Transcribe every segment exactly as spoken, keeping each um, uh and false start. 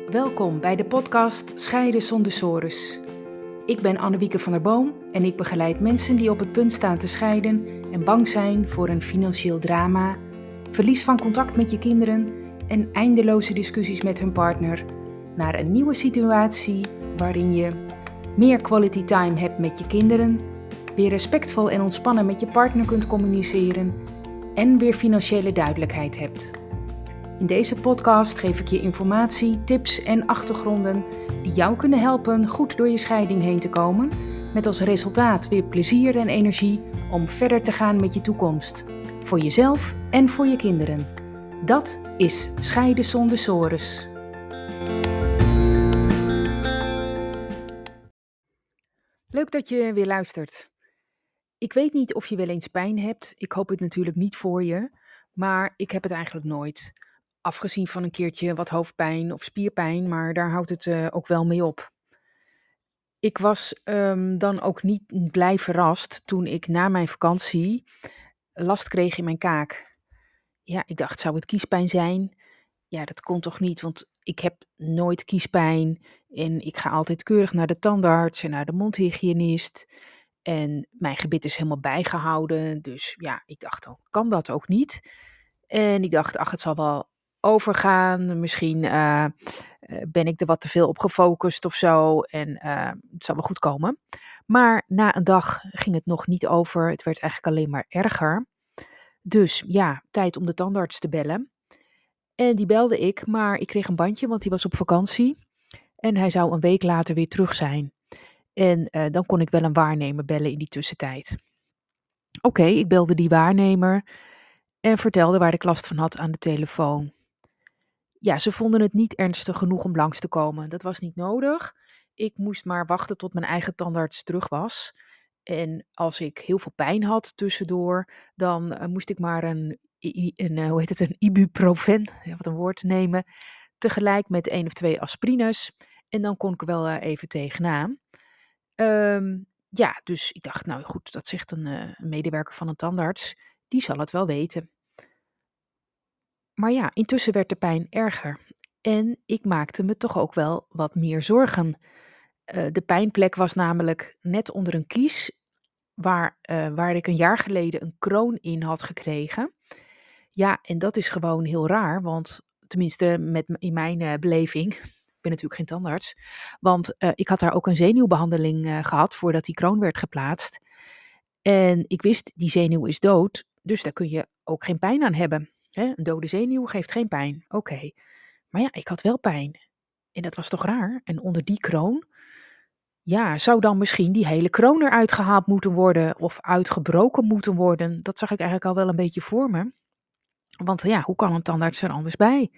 Welkom bij de podcast Scheiden zonder sores. Ik ben Annewieke van der Boom en ik begeleid mensen die op het punt staan te scheiden en bang zijn voor een financieel drama, verlies van contact met je kinderen en eindeloze discussies met hun partner naar een nieuwe situatie waarin je meer quality time hebt met je kinderen, weer respectvol en ontspannen met je partner kunt communiceren en weer financiële duidelijkheid hebt. In deze podcast geef ik je informatie, tips en achtergronden die jou kunnen helpen goed door je scheiding heen te komen, met als resultaat weer plezier en energie om verder te gaan met je toekomst. Voor jezelf en voor je kinderen. Dat is Scheiden zonder sores. Leuk dat je weer luistert. Ik weet niet of je wel eens pijn hebt. Ik hoop het natuurlijk niet voor je, maar ik heb het eigenlijk nooit. Afgezien van een keertje wat hoofdpijn of spierpijn, maar daar houdt het uh, ook wel mee op. Ik was um, dan ook niet blij verrast toen ik na mijn vakantie last kreeg in mijn kaak. Ja, ik dacht, zou het kiespijn zijn? Ja, dat kon toch niet, want ik heb nooit kiespijn en ik ga altijd keurig naar de tandarts en naar de mondhygiënist. En mijn gebit is helemaal bijgehouden, dus ja, ik dacht, dan kan dat ook niet. En ik dacht, ach, het zal wel overgaan. Misschien uh, uh, ben ik er wat te veel op gefocust of zo. En uh, het zal wel goed komen. Maar na een dag ging het nog niet over. Het werd eigenlijk alleen maar erger. Dus ja, tijd om de tandarts te bellen. En die belde ik, maar ik kreeg een bandje, want die was op vakantie. En hij zou een week later weer terug zijn. En uh, dan kon ik wel een waarnemer bellen in die tussentijd. Oké, okay, ik belde die waarnemer en vertelde waar ik last van had aan de telefoon. Ja, ze vonden het niet ernstig genoeg om langs te komen. Dat was niet nodig. Ik moest maar wachten tot mijn eigen tandarts terug was. En als ik heel veel pijn had tussendoor, dan uh, moest ik maar een, een, een uh, hoe heet het, een ibuprofen, ja, wat een woord, nemen. Tegelijk met één of twee aspirines. En dan kon ik er wel uh, even tegenaan. Um, ja, dus ik dacht, nou goed, dat zegt een, uh, een medewerker van een tandarts. Die zal het wel weten. Maar ja, intussen werd de pijn erger. En ik maakte me toch ook wel wat meer zorgen. Uh, de pijnplek was namelijk net onder een kies, waar, uh, waar ik een jaar geleden een kroon in had gekregen. Ja, en dat is gewoon heel raar, want tenminste met, in mijn uh, beleving, ik ben natuurlijk geen tandarts, want uh, ik had daar ook een zenuwbehandeling uh, gehad voordat die kroon werd geplaatst. En ik wist, die zenuw is dood, dus daar kun je ook geen pijn aan hebben. Hè? Een dode zenuw geeft geen pijn. Oké. Okay. Maar ja, ik had wel pijn. En dat was toch raar? En onder die kroon, ja, zou dan misschien die hele kroon eruit gehaald moeten worden of uitgebroken moeten worden? Dat zag ik eigenlijk al wel een beetje voor me. Want ja, hoe kan een tandarts er anders bij?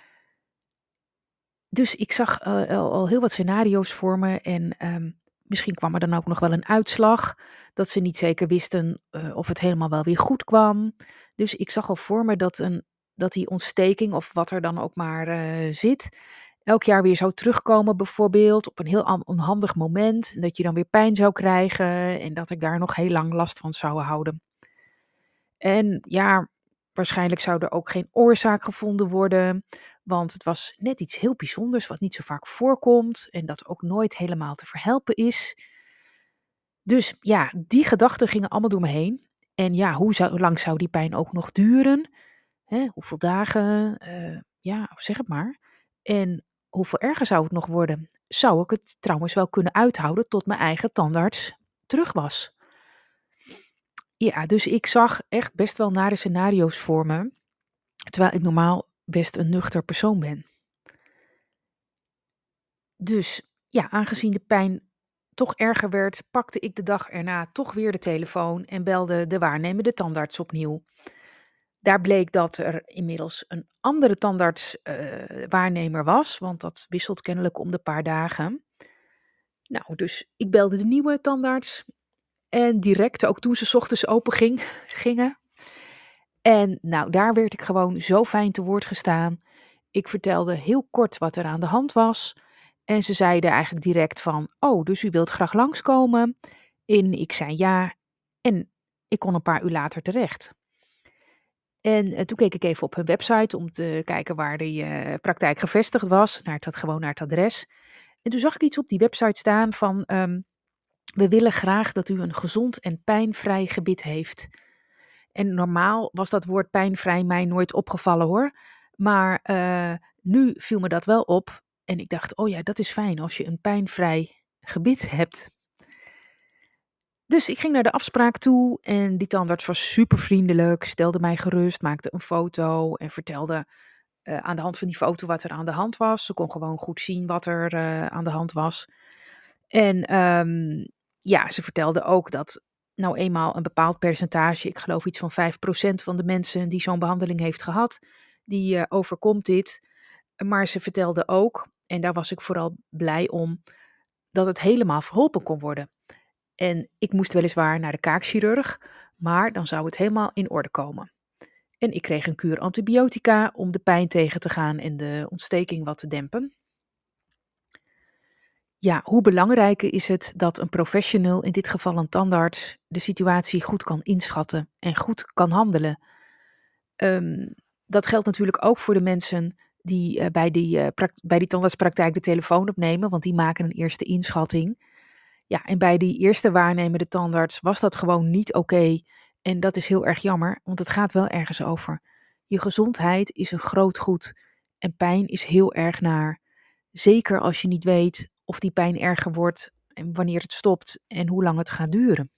Dus ik zag uh, al, al heel wat scenario's voor me en um, misschien kwam er dan ook nog wel een uitslag, dat ze niet zeker wisten uh, of het helemaal wel weer goed kwam. Dus ik zag al voor me dat, een, dat die ontsteking of wat er dan ook maar uh, zit, elk jaar weer zou terugkomen bijvoorbeeld op een heel onhandig moment. En dat je dan weer pijn zou krijgen en dat ik daar nog heel lang last van zou houden. En ja, waarschijnlijk zou er ook geen oorzaak gevonden worden, want het was net iets heel bijzonders wat niet zo vaak voorkomt en dat ook nooit helemaal te verhelpen is. Dus ja, die gedachten gingen allemaal door me heen. En ja, hoe, zou, hoe lang zou die pijn ook nog duren? Hè, hoeveel dagen? Uh, ja, zeg het maar. En hoeveel erger zou het nog worden? Zou ik het trouwens wel kunnen uithouden tot mijn eigen tandarts terug was? Ja, dus ik zag echt best wel nare scenario's voor me, terwijl ik normaal best een nuchter persoon ben. Dus ja, aangezien de pijn toch erger werd, pakte ik de dag erna toch weer de telefoon en belde de waarnemende tandarts opnieuw. Daar bleek dat er inmiddels een andere tandartswaarnemer uh, was, want dat wisselt kennelijk om de paar dagen. Nou, dus ik belde de nieuwe tandarts en direct, ook toen ze 's ochtends open ging, gingen. En nou, daar werd ik gewoon zo fijn te woord gestaan. Ik vertelde heel kort wat er aan de hand was. En ze zeiden eigenlijk direct van, oh, dus u wilt graag langskomen? En ik zei ja. En ik kon een paar uur later terecht. En eh, toen keek ik even op hun website om te kijken waar die eh, praktijk gevestigd was. Naar het, gewoon naar het adres. En toen zag ik iets op die website staan van... ehm, we willen graag dat u een gezond en pijnvrij gebit heeft. En normaal was dat woord pijnvrij mij nooit opgevallen hoor. Maar eh, nu viel me dat wel op. En ik dacht, oh ja, dat is fijn als je een pijnvrij gebit hebt. Dus ik ging naar de afspraak toe en die tandarts was super vriendelijk, stelde mij gerust, maakte een foto en vertelde eh, aan de hand van die foto wat er aan de hand was. Ze kon gewoon goed zien wat er eh, aan de hand was. En ehm, ja, ze vertelde ook dat nou eenmaal een bepaald percentage, ik geloof iets van vijf procent van de mensen die zo'n behandeling heeft gehad, die eh, overkomt dit. Maar ze vertelde ook, en daar was ik vooral blij om, dat het helemaal verholpen kon worden. En ik moest weliswaar naar de kaakchirurg, maar dan zou het helemaal in orde komen. En ik kreeg een kuur antibiotica om de pijn tegen te gaan en de ontsteking wat te dempen. Ja, hoe belangrijk is het dat een professional, in dit geval een tandarts, de situatie goed kan inschatten en goed kan handelen? Ehm, dat geldt natuurlijk ook voor de mensen die eh, bij, die, eh, prak- bij die tandartspraktijk de telefoon opnemen, want die maken een eerste inschatting. Ja, en bij die eerste waarnemende tandarts was dat gewoon niet oké. En dat is heel erg jammer, want het gaat wel ergens over. Je gezondheid is een groot goed en pijn is heel erg naar. Zeker als je niet weet of die pijn erger wordt en wanneer het stopt en hoe lang het gaat duren.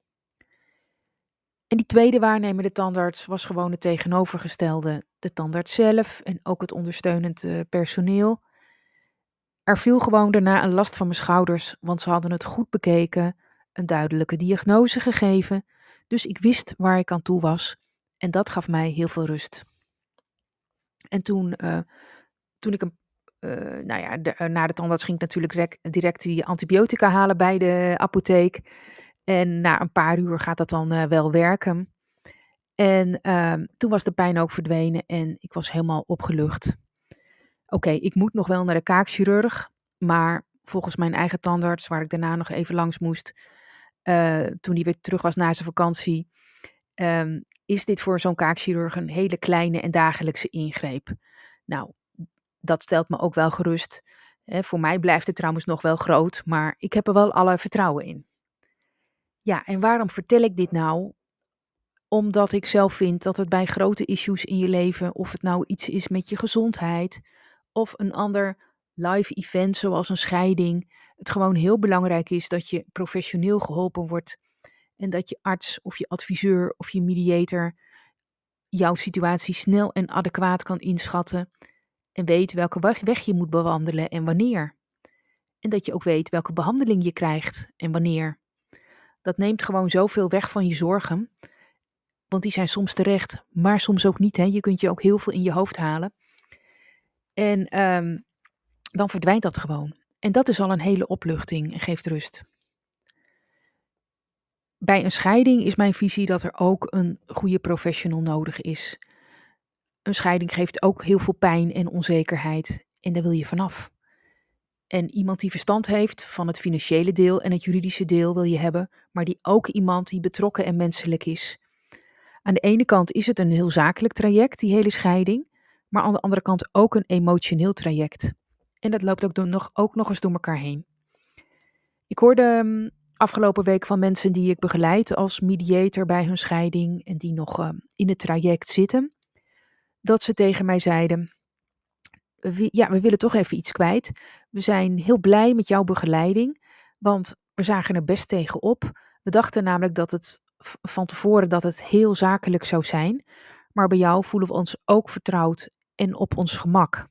En die tweede waarnemende tandarts was gewoon het tegenovergestelde. De tandarts zelf en ook het ondersteunend eh, personeel. Er viel gewoon daarna een last van mijn schouders, want ze hadden het goed bekeken, een duidelijke diagnose gegeven, dus ik wist waar ik aan toe was en dat gaf mij heel veel rust. En toen, eh, toen ik hem, eh, nou ja, de- eh, naar de tandarts ging ik natuurlijk direct, direct die antibiotica halen bij de apotheek. En na een paar uur gaat dat dan eh, wel werken. En ehm, toen was de pijn ook verdwenen en ik was helemaal opgelucht. Oké, ik moet nog wel naar de kaakchirurg, maar volgens mijn eigen tandarts, waar ik daarna nog even langs moest, eh, toen hij weer terug was na zijn vakantie, ehm, is dit voor zo'n kaakchirurg een hele kleine en dagelijkse ingreep. Nou, dat stelt me ook wel gerust. Hè, voor mij blijft het trouwens nog wel groot, maar ik heb er wel alle vertrouwen in. Ja, en waarom vertel ik dit nou? Omdat ik zelf vind dat het bij grote issues in je leven, of het nou iets is met je gezondheid of een ander live event zoals een scheiding, het gewoon heel belangrijk is dat je professioneel geholpen wordt en dat je arts of je adviseur of je mediator jouw situatie snel en adequaat kan inschatten en weet welke weg weg je moet bewandelen en wanneer. En dat je ook weet welke behandeling je krijgt en wanneer. Dat neemt gewoon zoveel weg van je zorgen. Want die zijn soms terecht, maar soms ook niet. Hè. Je kunt je ook heel veel in je hoofd halen. En ehm, dan verdwijnt dat gewoon. En dat is al een hele opluchting en geeft rust. Bij een scheiding is mijn visie dat er ook een goede professional nodig is. Een scheiding geeft ook heel veel pijn en onzekerheid. En daar wil je vanaf. En iemand die verstand heeft van het financiële deel en het juridische deel wil je hebben. Maar die ook iemand die betrokken en menselijk is. Aan de ene kant is het een heel zakelijk traject, die hele scheiding. Maar aan de andere kant ook een emotioneel traject. En dat loopt ook, door nog, ook nog eens door elkaar heen. Ik hoorde um, afgelopen week van mensen die ik begeleid als mediator bij hun scheiding. En die nog um, in het traject zitten. Dat ze tegen mij zeiden, we, ja, we willen toch even iets kwijt. We zijn heel blij met jouw begeleiding. Want we zagen er best tegen op. We dachten namelijk dat het van tevoren dat het heel zakelijk zou zijn. Maar bij jou voelen we ons ook vertrouwd en op ons gemak.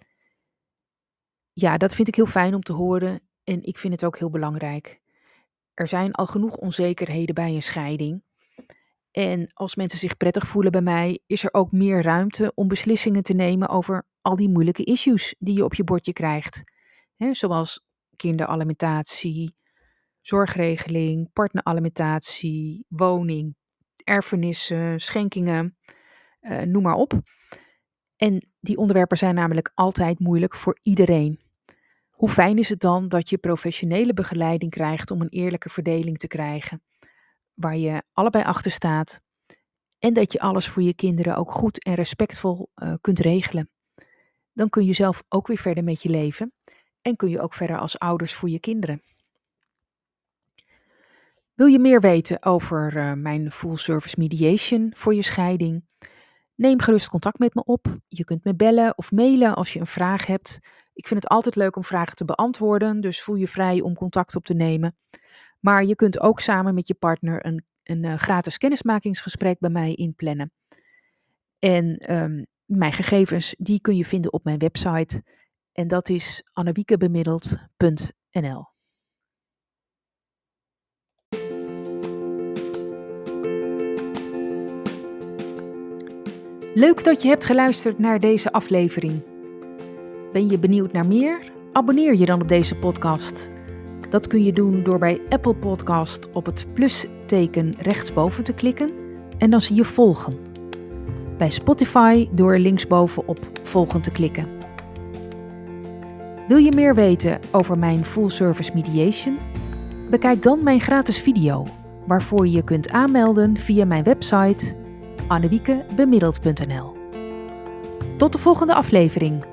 Ja, dat vind ik heel fijn om te horen en ik vind het ook heel belangrijk. Er zijn al genoeg onzekerheden bij een scheiding. En als mensen zich prettig voelen bij mij, is er ook meer ruimte om beslissingen te nemen over al die moeilijke issues die je op je bordje krijgt. Hè, zoals kinderalimentatie, zorgregeling, partneralimentatie, woning, erfenissen, schenkingen, eh, noem maar op. En die onderwerpen zijn namelijk altijd moeilijk voor iedereen. Hoe fijn is het dan dat je professionele begeleiding krijgt om een eerlijke verdeling te krijgen, waar je allebei achter staat En dat je alles voor je kinderen ook goed en respectvol uh, kunt regelen. Dan kun je zelf ook weer verder met je leven en kun je ook verder als ouders voor je kinderen. Wil je meer weten over uh, mijn full service mediation voor je scheiding? Neem gerust contact met me op. Je kunt me bellen of mailen als je een vraag hebt. Ik vind het altijd leuk om vragen te beantwoorden, dus voel je vrij om contact op te nemen. Maar je kunt ook samen met je partner een, een uh, gratis kennismakingsgesprek bij mij inplannen. En um, mijn gegevens die kun je vinden op mijn website en dat is annewiekebemiddeld punt n l. Leuk dat je hebt geluisterd naar deze aflevering. Ben je benieuwd naar meer? Abonneer je dan op deze podcast. Dat kun je doen door bij Apple Podcast op het plusteken rechtsboven te klikken en dan zie je volgen. Bij Spotify door linksboven op volgen te klikken. Wil je meer weten over mijn full service mediation? Bekijk dan mijn gratis video, waarvoor je je kunt aanmelden via mijn website annewiekebemiddeld punt n l. Tot de volgende aflevering.